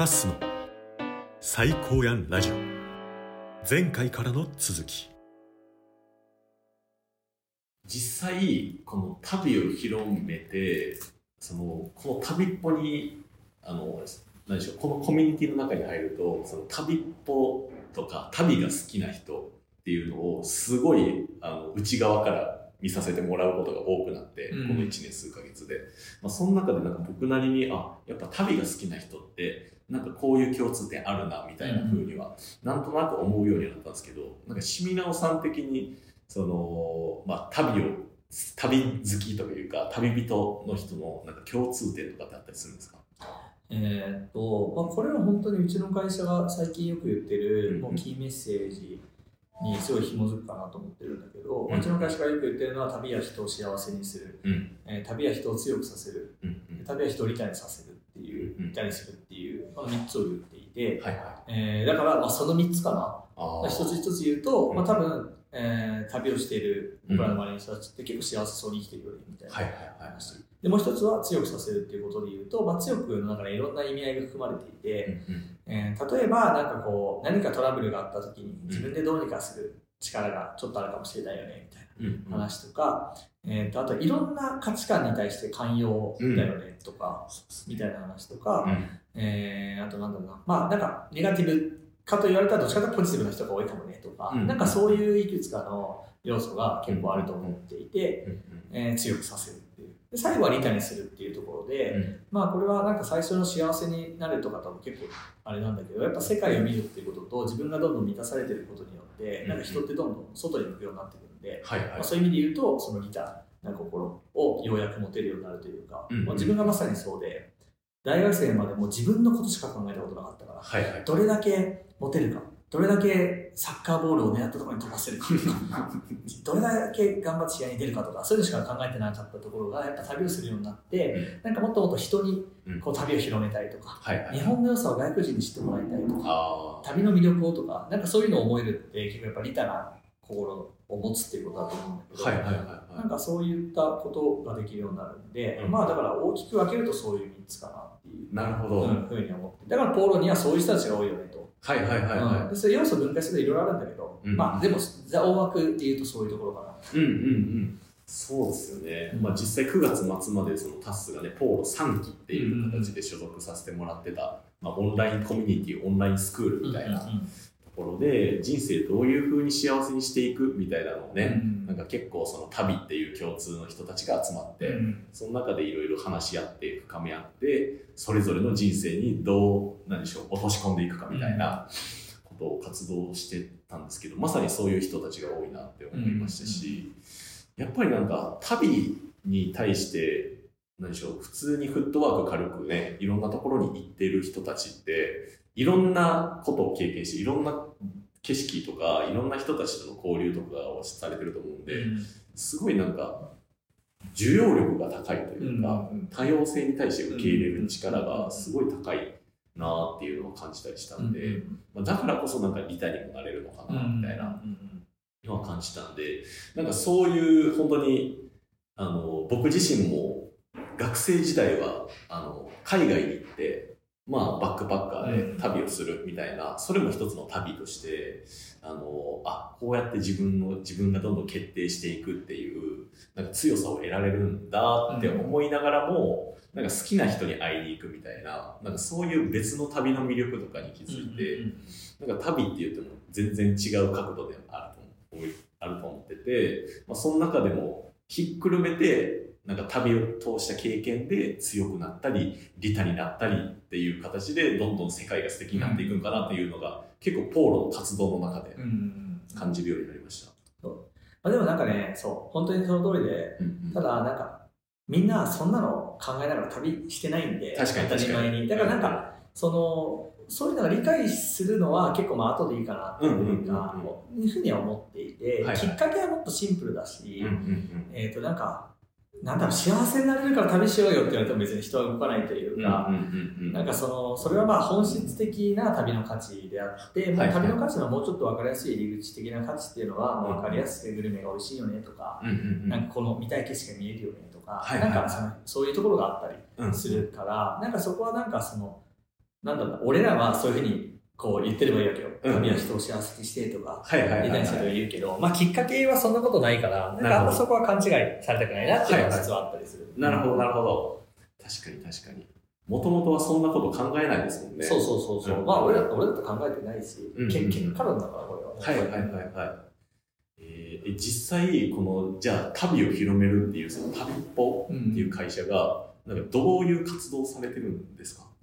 タスの最高やんラジオ、前回からの続き。 実際この旅を広めて、この旅っぽに何でしょう、このコミュニティの中に入ると、その旅っぽとか旅が好きな人っていうのをすごい内側から見させてもらうことが多くなって、この1年数ヶ月で、その中でなんか僕なりにやっぱ旅が好きな人ってなんかこういう共通点あるなみたいな風にはなんとなく思うようになったんですけど、なんかしみなおさん的に旅好きというか旅人の人のなんか共通点とかってあったりするんですか？ これは本当にうちの会社が最近よく言ってる、もうキーメッセージにすごい紐づくかなと思ってるんだけど、うちの会社がよく言ってるのは旅は人を幸せにする、旅は人を強くさせる、旅は人を理解させるっていう、理解するっていう、3つを言っていて、だからその3つかな。一つ一つ言うと、多分、旅をしている僕らの周りの人たちって結構幸せそうに生きてるよねみたいな話。でもう一つは強くさせるっていうことで言うと、強くの中にいろんな意味合いが含まれていて、例えばなんかこう何かトラブルがあった時に自分でどうにかする力がちょっとあるかもしれないよねみたいな話とか、あといろんな価値観に対して寛容だよねとか、みたいな話とか、あとなんだろうな、なんかネガティブかと言われたらどっちかというとポジティブな人が多いかもねとか、なんかそういういくつかの要素が結構あると思っていて、強くさせるっていう。で最後は理解にするっていうところで、これはなんか最初の幸せになるとか多分結構あれなんだけど、やっぱ世界を見るっていうことと自分がどんどん満たされてることによって、なんか人ってどんどん外に向くようになってくるんで、そういう意味で言うとその利他な心をようやく持てるようになるというか、自分がまさにそうで、大学生までもう自分のことしか考えたことなかったから、どれだけモテるか、どれだけサッカーボールを狙ったところに飛ばせるかどれだけ頑張って試合に出るかとか、そういうのしか考えてなかったところがやっぱ旅をするようになって、なんかもっともっと人にこう旅を広めたいとか、日本の良さを外国人に知ってもらいたいとか、旅の魅力をとか、なんかそういうのを思えるって結構やっぱ利他な心を持つっていうことだと思うんだけど、なんかそういったことができるようになるんで、だから大きく分けるとそういう3つかなっていうふうに思って、だからポーロにはそういう人たちが多いよねと。それ要素分解するといろいろあるんだけど、でも大枠で言うとそういうところかな。 そうですよね。実際9月末までそのタスがね、ポーロ3期っていう形で所属させてもらってた、オンラインコミュニティ、オンラインスクールみたいなところで、人生どういう風に幸せにしていくみたいなのをね、なんか結構その旅っていう共通の人たちが集まって、その中でいろいろ話し合って深め合って、それぞれの人生にどう落とし込んでいくかみたいなことを活動してたんですけど、まさにそういう人たちが多いなって思いましたし、やっぱりなんか旅に対して普通にフットワーク軽くね、いろんなところに行ってる人たちっていろんなことを経験して、いろんな景色とかいろんな人たちとの交流とかをされてると思うんで、すごいなんか需要力が高いというか、多様性に対して受け入れる力がすごい高いなっていうのを感じたりしたんで、だからこそなんか利他にもなれるのかなみたいなのは感じたんで、なんかそういう本当に僕自身も学生時代は海外に行ってバックパッカーで旅をするみたいな、それも一つの旅としてこうやって自分がどんどん決定していくっていうなんか強さを得られるんだって思いながらも、なんか好きな人に会いに行くみたいな、なんかそういう別の旅の魅力とかに気づいて、なんか旅って言っても全然違う角度であると思ってて、その中でもひっくるめてなんか旅を通した経験で強くなったり利他になったりっていう形でどんどん世界が素敵になっていくのかなっていうのが結構ポーロの活動の中で感じるようになりました。 でもなんかね、本当にその通りで、ただなんかみんなそんなの考えながら旅してないんで、 確かに当たり前に。だからなんかそういうのが理解するのは結構後でいいかなっていうふうには思っていて、きっかけはもっとシンプルだし、なんか幸せになれるから旅しようよって言われても別に人は動かないというか、なんかそれは本質的な旅の価値であって、旅の価値のもうちょっと分かりやすい入り口的な価値っていうのは、分かりやすくグルメが美味しいよねとか、なんかこの見たい景色が見えるよねとか、なんかそういうところがあったりするから、なんかそこはなんかなんだろうな、俺らはそういうふうにこう言ってればいいわけよ。旅は人を幸せにしてとか、デザインしてとか言うけど、まあきっかけはそんなことないから、なんかあんまそこは勘違いされたくないなっていうのが実はあったりする。 なるほど、なるほど。確かに確かに。もともとはそんなこと考えないですもんね。 そう。まあ俺だって考えてないし、結果論だからこれは。 はい。実際、この、じゃあ旅を広めるっていう、その旅っぽっていう会社が、なんかどういう活動をされてるんですか？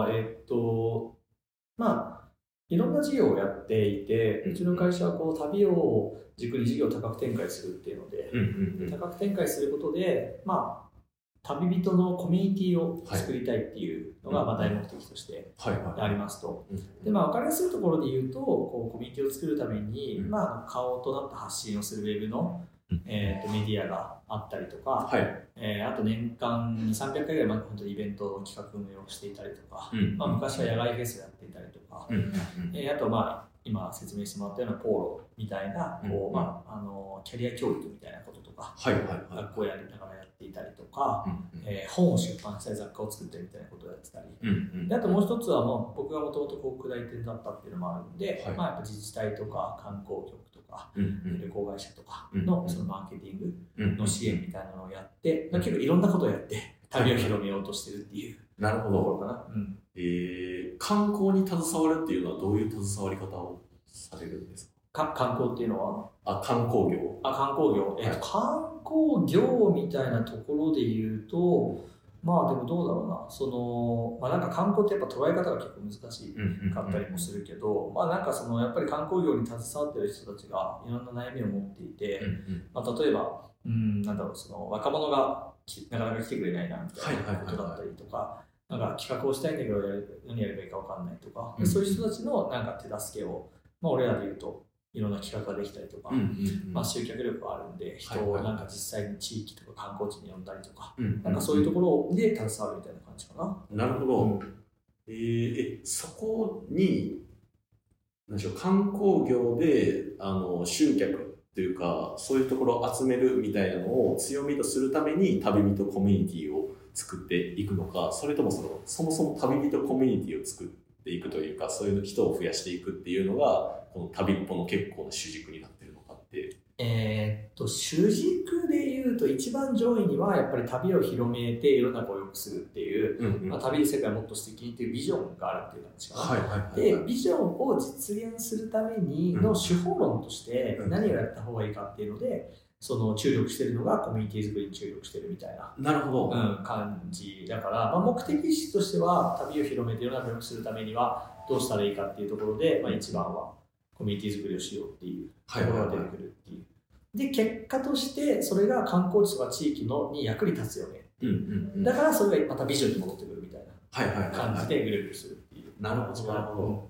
まあ、いろんな事業をやっていて、うちの会社はこう旅を軸に事業を多角展開するっていうので、多角展開することで、まあ、旅人のコミュニティを作りたいっていうのが、まあ、大目的としてありますと。で、まあ、分かりやすいところで言うと、こうコミュニティを作るために、まあ、顔となった発信をするウェブの、メディアがあったりとか、あと年間に300回ぐらい本当にイベントの企画運営をしていたりとか、まあ、昔は野外フェスをやっていたりとか、あとまあ今説明してもらったようなポーロみたいなこう、まあ、キャリア教育みたいなこととか、学校やりながらやっていたりとか、本を出版したり雑貨を作ったりみたいなことをやってたり、であともう一つはもう僕がもともと広告代理店だったっていうのもあるんで、まあ、やっぱ自治体とか観光局とか、旅行会社とかのそのマーケティングの支援みたいなのをやって、結構いろんなことをやって旅を広めようとしてるっていうところかな。 観光に携わるっていうのはどういう携わり方をされるんですか？ 観光っていうのは観光業。 観光業。観光業みたいなところで言うと、まあでもどうだろうな、まあなんか観光ってやっぱ捉え方が結構難しかったりもするけど、まあなんかやっぱり観光業に携わってる人たちがいろんな悩みを持っていて、まあ例えば、なんだろう、若者がなかなか来てくれないなみたいなことだったりとか、なんか企画をしたいんだけど何やればいいか分かんないとか、そういう人たちのなんか手助けを、まあ俺らで言うと、いろんな企画ができたりとか、まあ集客力があるんで、人をなんか実際に地域とか観光地に呼んだりとか、なんかそういうところで携わるみたいな感じかな。 なるほど。そこに、何でしょう、観光業で集客というか、そういうところを集めるみたいなのを強みとするために旅人コミュニティを作っていくのか、それともそもそも旅人コミュニティを作っていくというか、そういう人を増やしていくっていうのが、この旅っぽの結構な主軸になってるのかって。 主軸で言うと一番上位にはやっぱり旅を広めていろんな声を良くするっていう、まあ、旅で世界をもっと素敵にっていうビジョンがあるっていう感じかな。で、ビジョンを実現するためにの手法論として何をやった方がいいかっていうので、注力してるのがコミュニティ作りに注力してるみたいな、感じだから、まあ、目的意識としては旅を広めて世の中を良くするためにはどうしたらいいかっていうところで、まあ、一番はコミュニティ作りをしようっていうところが出てくるっていう。で、結果としてそれが観光地とか地域に役に立つよねっていう。だからそれがまたビジョンに戻ってくるみたいな感じでグループするっていう。 なるほど、なるほど。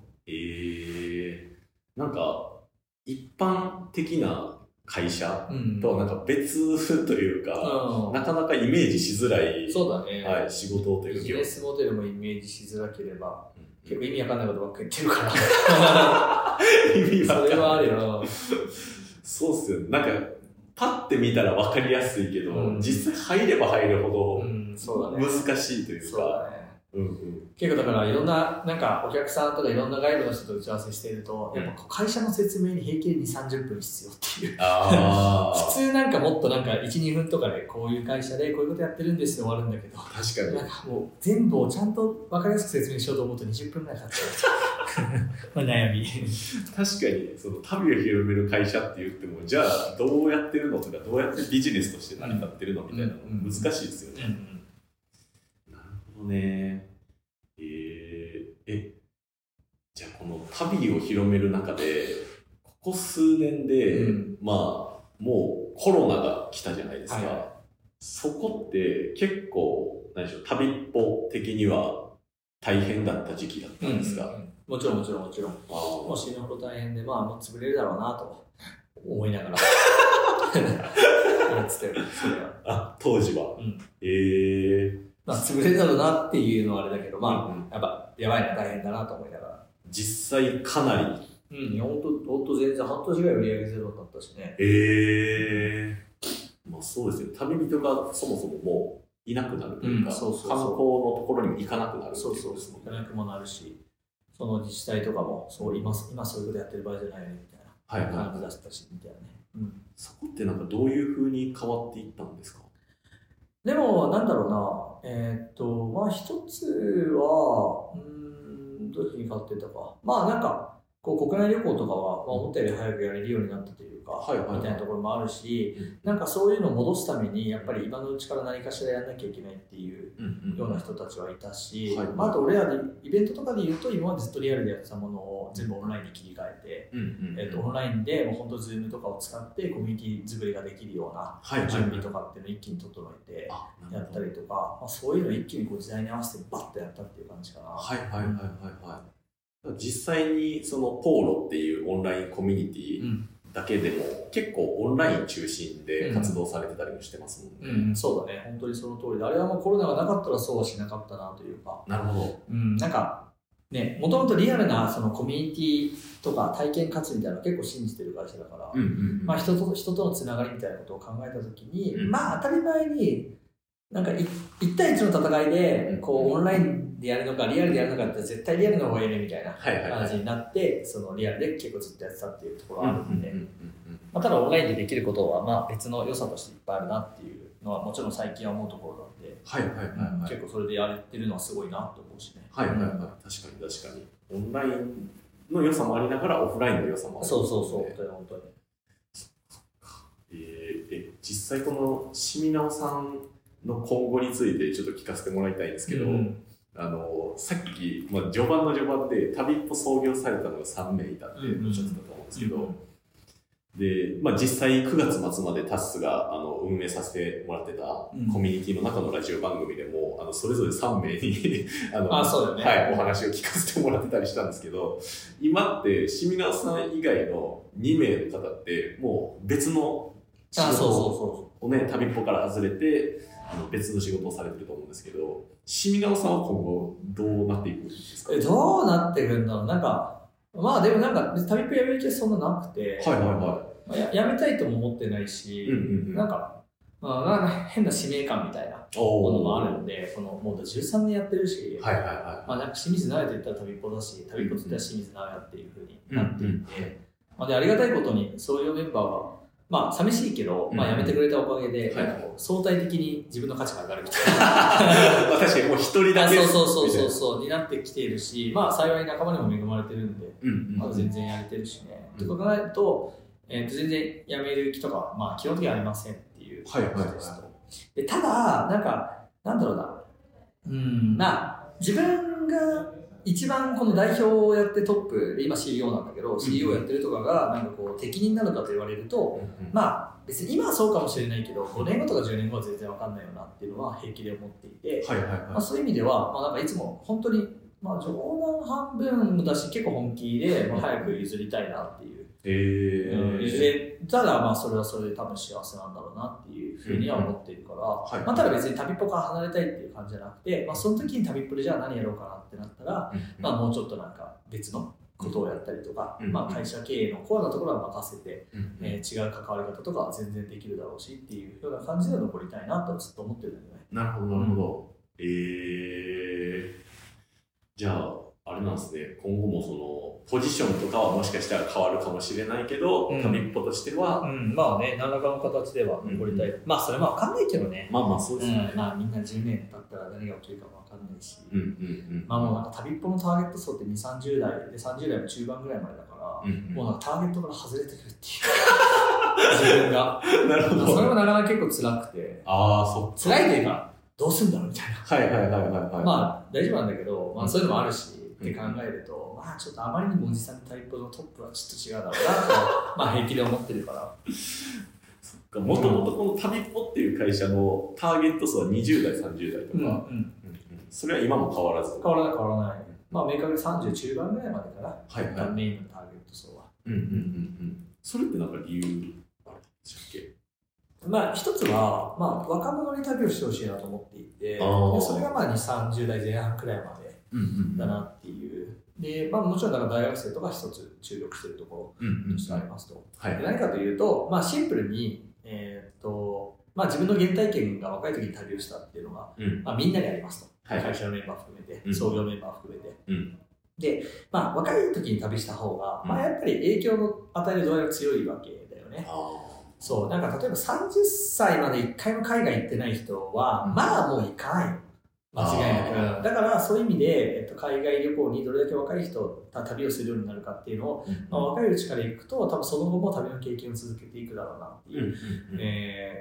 なんか一般的な会社とはなんか別というか、なかなかイメージしづらい、 そうだね、 仕事というか、 ビジネスモデルもイメージしづらければ、結構意味わかんないことばっかり言ってるから意味わかんない。 それはあるよ。 そうっすよね。なんかパッて見たらわかりやすいけど、実際入れば入るほど難しいというか、 結構だからいろんななんかお客さんとかいろんな外部の人と打ち合わせしていると、やっぱ会社の説明に平均に30分必要っていう普通なんかもっとなんか 1,2 分とかでこういう会社でこういうことやってるんですって終わるんだけど、 確かになんかもう全部をちゃんと分かりやすく説明しようと思うと20分ぐらいかかっちゃう悩み。 確かに旅を広める会社って言っても、じゃあどうやってるのとかどうやってビジネスとして成り立ってるのみたいなの難しいですよね。なるほどね。じゃあこの旅を広める中でここ数年で、まあもうコロナが来たじゃないですか、そこって結構何でしょう、旅っぽ的には大変だった時期だったんですか？ もちろんもう死ぬほど大変で、まあもう潰れるだろうなと思いながら当時は、 まあ潰れるだろうなっていうのはあれだけど、まあやっぱやばいな、大変だなと思いながら、 実際かなりほんと全然半年ぐらい売り上げゼロだったしね。 まあそうですよ。旅人がそもそももういなくなるというか、観光のところにも行かなくなるっていうことですもんね。 行かなくもなるし、その自治体とかも今そういうことやってる場合じゃないよねみたいな感じ出したしみたいなね。 そこってなんかどういう風に変わっていったんですか？ でもなんだろうな、まあ一つはどういうふうに変わっていったか、まあなんかこう国内旅行とかは、思ったより早くやれるようになったというか、みたいなところもあるし、なんかそういうのを戻すためにやっぱり今のうちから何かしらやんなきゃいけないっていうような人たちはいたし、まあ、あと俺らでイベントとかで言うと今までずっとリアルでやってたものを全部オンラインに切り替えて、オンラインでもう本当 Zoom とかを使ってコミュニティ作りができるような準備とかっていうのを一気に整えてやったりとか、まあ、そういうのを一気にこう時代に合わせてバッとやったっていう感じかな。 実際にそのポーロっていうオンラインコミュニティだけでも結構オンライン中心で活動されてたりもしてますもんね。 そうだね、本当にその通りで、あれはもうコロナがなかったらそうはしなかったなというか。 なるほど。 なんかね、もともとリアルなそのコミュニティとか体験価値みたいなのを結構信じてる会社だから、まあ人とのつながりみたいなことを考えたときに、まあ当たり前になんか1対1の戦いでこうオンラインでやるのかリアルでやるのかって絶対リアルの方がいいねみたいな感じになって、そのリアルで結構ずっとやってたっていうところがあるんで、まあ、ただオンラインでできることはまあ別の良さとしていっぱいあるなっていうのはもちろん最近は思うところなんで、結構それでやれてるのはすごいなと思うしね。 確かにオンラインの良さもありながらオフラインの良さもある、ね、 そう本当に実際このしみなおさんの今後についてちょっと聞かせてもらいたいんですけど、さっき、序盤で旅っぽ創業されたのが3名いたっておっしゃってたと思うんですけど、で、実際9月末までタスが運営させてもらってたコミュニティの中のラジオ番組でもそれぞれ3名にお話を聞かせてもらってたりしたんですけど、今ってしみなおさん以外の2名の方ってもう別の仕事をね、旅っぽから外れて別の仕事をされてると思うんですけど、しみなおさんは今後どうなっていくんですか？ どうなっていくんだろう。なんかまあでもなんか旅っぽやめる気はそんななくて、やめたいとも思ってないし、なんか変な使命感みたいなものもあるんで、このもう13年やってるし、なんか清水直哉と言ったら旅っぽだし、旅っぽと言ったら清水直哉っていう風になっていて、でありがたいことにそういうメンバーが寂しいけど、辞めてくれたおかげで、相対的に自分の価値が上がるみたいな。 確かにもう一人だけそうになってきているし、幸い仲間にも恵まれてるんで、全然やれてるしね。と考えると、全然辞める気とかは、基本的にはありませんっていう感じですと。でただ、なんだろうな、自分が一番この代表をやってトップ、今 CEO なんだけど、CEO やってるとかがなんかこう適任なのかと言われると、別に今はそうかもしれないけど、5年後とか10年後は全然わかんないよなっていうのは平気で思っていて、そういう意味では、なんかいつも本当に、冗談半分だし結構本気で、早く譲りたいなっていう。譲れたらそれはそれで多分幸せなんだろうなっていうふうには思っているから、ただ別に旅っぽから離れたいっていう感じじゃなくて、その時に旅っぽでじゃあ何やろうかなってなったら、もうちょっとなんか別のことをやったりとか、会社経営のコアなところは任せて、違う関わり方とかは全然できるだろうしっていうような感じで残りたいなとずっと思ってるんだよね。 なるほど。じゃああれなんですね、今後もそのポジションとかはもしかしたら変わるかもしれないけど、旅っぽとしては、 何らかの形では残りたい。それも分かんないけどね。 そうですね。 みんな10年経ったら何が起きるかも分かんないし、もうなんか旅っぽのターゲット層って2、30代で30代の中盤ぐらいまでだから、もうなんかターゲットから外れてくるっていう自分が。なるほど。それもなかなか結構辛くて、辛いというかどうすんだろうみたいな。大丈夫なんだけど、そういうのもあるし。って考えると、ちょっとあまりにもおじさんのタイプのトップはちょっと違うだろうなと平気で思ってるから。 もともとこの旅っぽっていう会社のターゲット層は20代、30代とか、それは今も変わらず？ 変わらない。明確に30中盤ぐらいまでかな、メインのターゲット層は。 それってなんか理由あるんでしたっけ？ 一つは、若者に旅をしてほしいなと思っていて、それが2、30代前半くらいまでだなっていう。で、もちろんだから大学生とか一つ注力しているところとしてありますと。何かというと、シンプルに、 自分の原体験が若い時に旅をしたっていうのが、みんなにありますと。会社のメンバー含めて、創業メンバー含めて。で、若い時に旅した方が、やっぱり影響の与える度合いが強いわけだよね。そう、なんか例えば30歳まで1回も海外行ってない人は、もう行かないよ。間違いなく。だからそういう意味で、海外旅行にどれだけ若い人が旅をするようになるかっていうのを、若いうちから行くと、多分その後も旅の経験を続けていくだろうなっていう、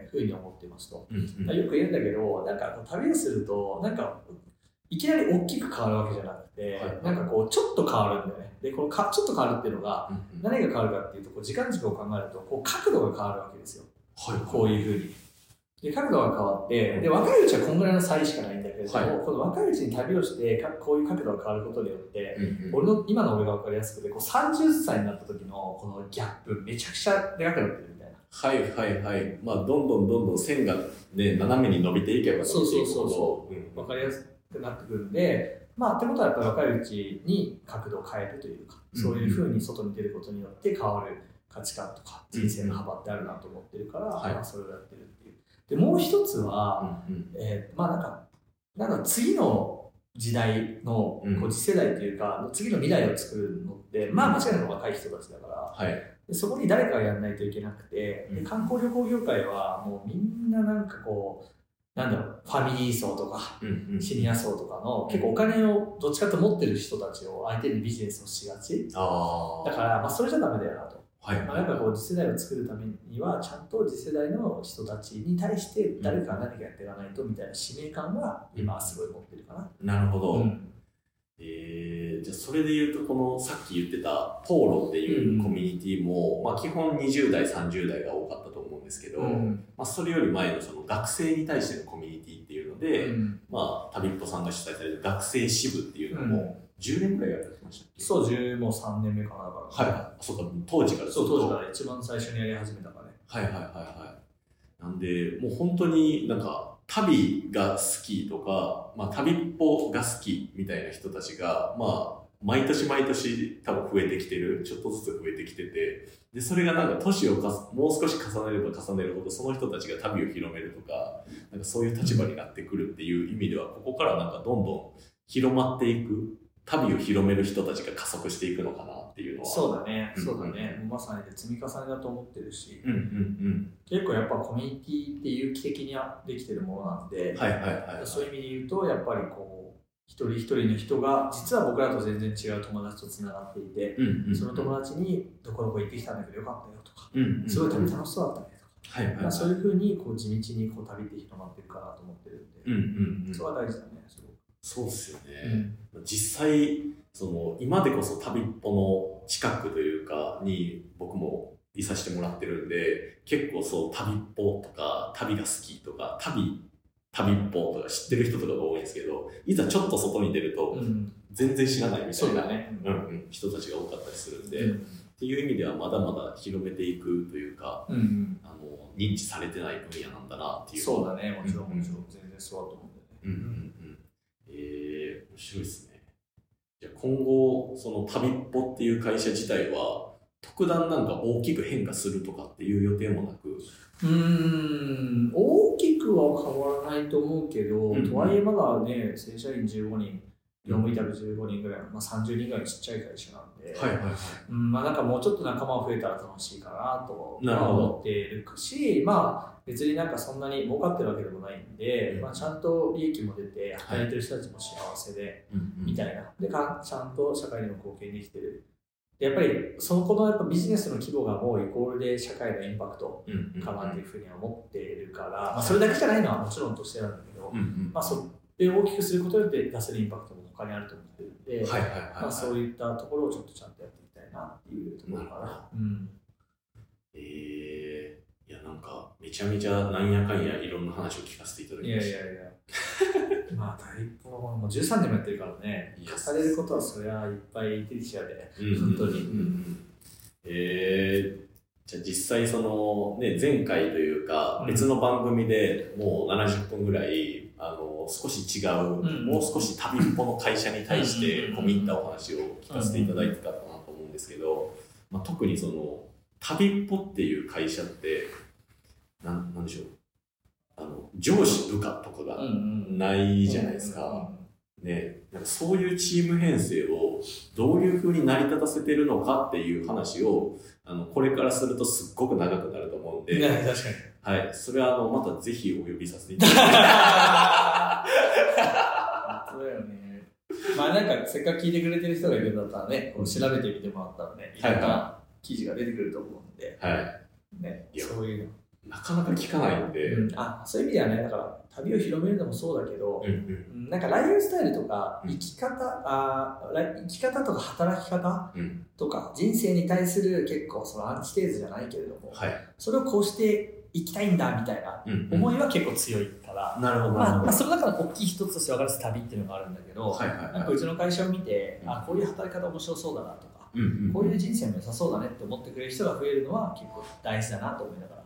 ふうに思ってますと。よく言うんだけど、なんか旅をすると、なんかいきなり大きく変わるわけじゃなくて、なんかこうちょっと変わるんだよね。で、このちょっと変わるっていうのが、何が変わるかっていうと、時間軸を考えると、角度が変わるわけですよ。こういうふうに。で、角度が変わって、で、若いうちはこんぐらいの差異しかないんだけれども、この若いうちに旅をして、こういう角度が変わることによって、今の俺が分かりやすくて、30歳になった時のこのギャップ、めちゃくちゃでかくなってるみたいな。 どんどん線がね、斜めに伸びていけばそう。分かりやすくなってくるんで、ってことはやっぱり若いうちに角度を変えるというか、そういうふうに外に出ることによって変わる価値観とか人生の幅ってあるなと思ってるから、それをやってるっていう。で、もう一つは、なんか次の時代の次世代というか、次の未来を作るのって、間違いなく若い人たちだから、でそこに誰かがやらないといけなくて、で観光旅行業界はもうみんななんかこう、ファミリー層とか、シニア層とかの結構お金をどっちかと持ってる人たちを相手にビジネスをしがち。だから、それじゃダメだよなと。やっぱこう次世代を作るためには、ちゃんと次世代の人たちに対して誰かが何かやっていかないとみたいな使命感は今はすごい持ってるかな。 なるほど。じゃあそれで言うと、このさっき言ってたポーロっていうコミュニティも、基本20代、30代が多かったと思うんですけど、それより前のその学生に対してのコミュニティっていうので、旅っぽさんが主催される学生支部っていうのも、10年ぐらいやってましたっけ？ そう、もう3年目かな、だから。 そうか、当時から当時から一番最初にやり始めたからね。 なんで、もう本当になんか、旅が好きとか、旅っぽが好きみたいな人たちが、毎年毎年多分増えてきてる、ちょっとずつ増えてきてて、で、それがなんか年をもう少し重ねれば重ねるほど、その人たちが旅を広めるとか、なんかそういう立場になってくるっていう意味では、ここからなんかどんどん広まっていく、旅を広める人たちが加速していくのかなっていうのは。 そうだね。まさに積み重ねだと思ってるし、結構やっぱコミュニティって有機的にできてるものなんで、そういう意味で言うと、やっぱりこう、一人一人の人が、実は僕らと全然違う友達とつながっていて、その友達にどこどこ行ってきたんだけどよかったよとか、すごい旅楽しそうだったねとか、そういうふうにこう地道にこう旅って広まってるかなと思ってるんで、それは大事だね。 そうですよね。実際、今でこそ旅っぽの近くというかに僕もいさせてもらってるんで、結構旅っぽとか、旅が好きとか、旅っぽとか知ってる人とかが多いんですけど、いざちょっと外に出ると、全然知らないみたいな、人たちが多かったりするんで、っていう意味ではまだまだ広めていくというか、認知されてない分野なんだなっていう。 そうだね、もちろん、全然そうだと思うんだよね。 面白いですね。じゃあ今後、その旅っぽっていう会社自体は、特段なんか大きく変化するとかっていう予定もなく？ 大きくは変わらないと思うけど、とはいえまだね、正社員15人、業務委託15人ぐらい、30人ぐらいのちっちゃい会社なんで、なんかもうちょっと仲間が増えたら楽しいかなと思っているし、別になんかそんなに儲かってるわけでもないんで、ちゃんと利益も出て、働いてる人たちも幸せで、みたいな。で、ちゃんと社会にも貢献できてる。でやっぱり、このやっぱビジネスの規模がもうイコールで社会のインパクトかなっていうふうには思っているから、それだけじゃないのはもちろんとしてなんだけど、それを大きくすることによって出せるインパクトも他にあると思ってるんで、そういったところをちょっとちゃんとやっていきたいなっていうところかな。 いや、なんか、めちゃめちゃなんやかんやいろんな話を聞かせていただきました。 第一歩もう13年もやってるからね、語れることはそりゃいっぱい出てきちゃうね、本当に。 じゃあ実際前回というか、別の番組でもう70分ぐらい、少し違う、もう少し旅っぽの会社に対して込み入ったお話を聞かせていただいてたかなと思うんですけど、特に旅っぽっていう会社って、なんでしょう。 上司部下とかがないじゃないですか。ね、なんかそういうチーム編成をどういう風に成り立たせてるのかっていう話を、これからするとすっごく長くなると思うんで。 確かに。 はい。それはまたぜひお呼びさせていただきます。 そうだよね。まあなんかせっかく聞いてくれてる人がいるんだったらね、調べてみてもらったらね、いろんな記事が出てくると思うんで。 はい。 ね、そういうの。 なかなか聞かないんで、 そういう意味ではね、だから旅を広めるのもそうだけど、なんかライフスタイルとか生き方とか働き方とか人生に対する結構そのアンチテーゼじゃないけれども、それをこうしていきたいんだみたいな思いは結構強いから、 なるほど。 まあその中の大きい一つとして分かる旅っていうのがあるんだけど、なんかうちの会社を見て、こういう働き方面白そうだなとか、こういう人生も良さそうだねって思ってくれる人が増えるのは結構大事だなと思いながら。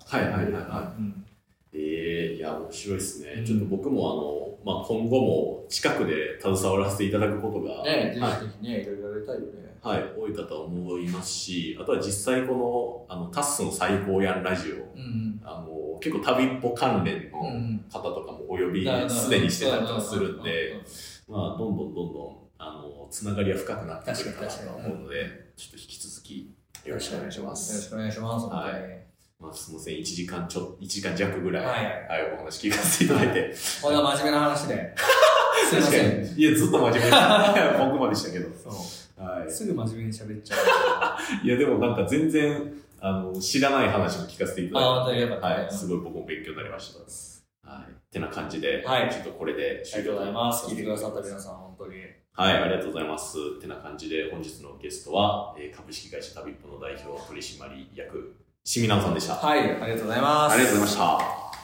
いや、面白いですね。ちょっと僕も今後も近くで携わらせていただくことが、 ぜひぜひね、いろいろやりたいよね。 はい、多いかと思いますし、あとは実際この、タッスの最高やんラジオ、結構旅っぽ関連の方とかもお呼びすでにしてたりとかするんで、まあ、どんどん、つながりは深くなってくるかなと思うので、ちょっと引き続きよろしくお願いします。 よろしくお願いします。 はい。まあ、すみません、1時間弱ぐらい、お話聞かせていただいて。 こんな真面目な話で。すいません。 いや、ずっと真面目僕までしたけど。 すぐ真面目に喋っちゃう。 いや、でもなんか全然、知らない話も聞かせていただいて。はい。すごい僕も勉強になりました。はい。ってな感じで、ちょっとこれで終了。ありがとうございます。聞いてくださった皆さん、本当に。 はい、ありがとうございます。ってな感じで、本日のゲストは、株式会社旅っぽの代表取締役、清水直さんでした。 はい、ありがとうございます。 ありがとうございました。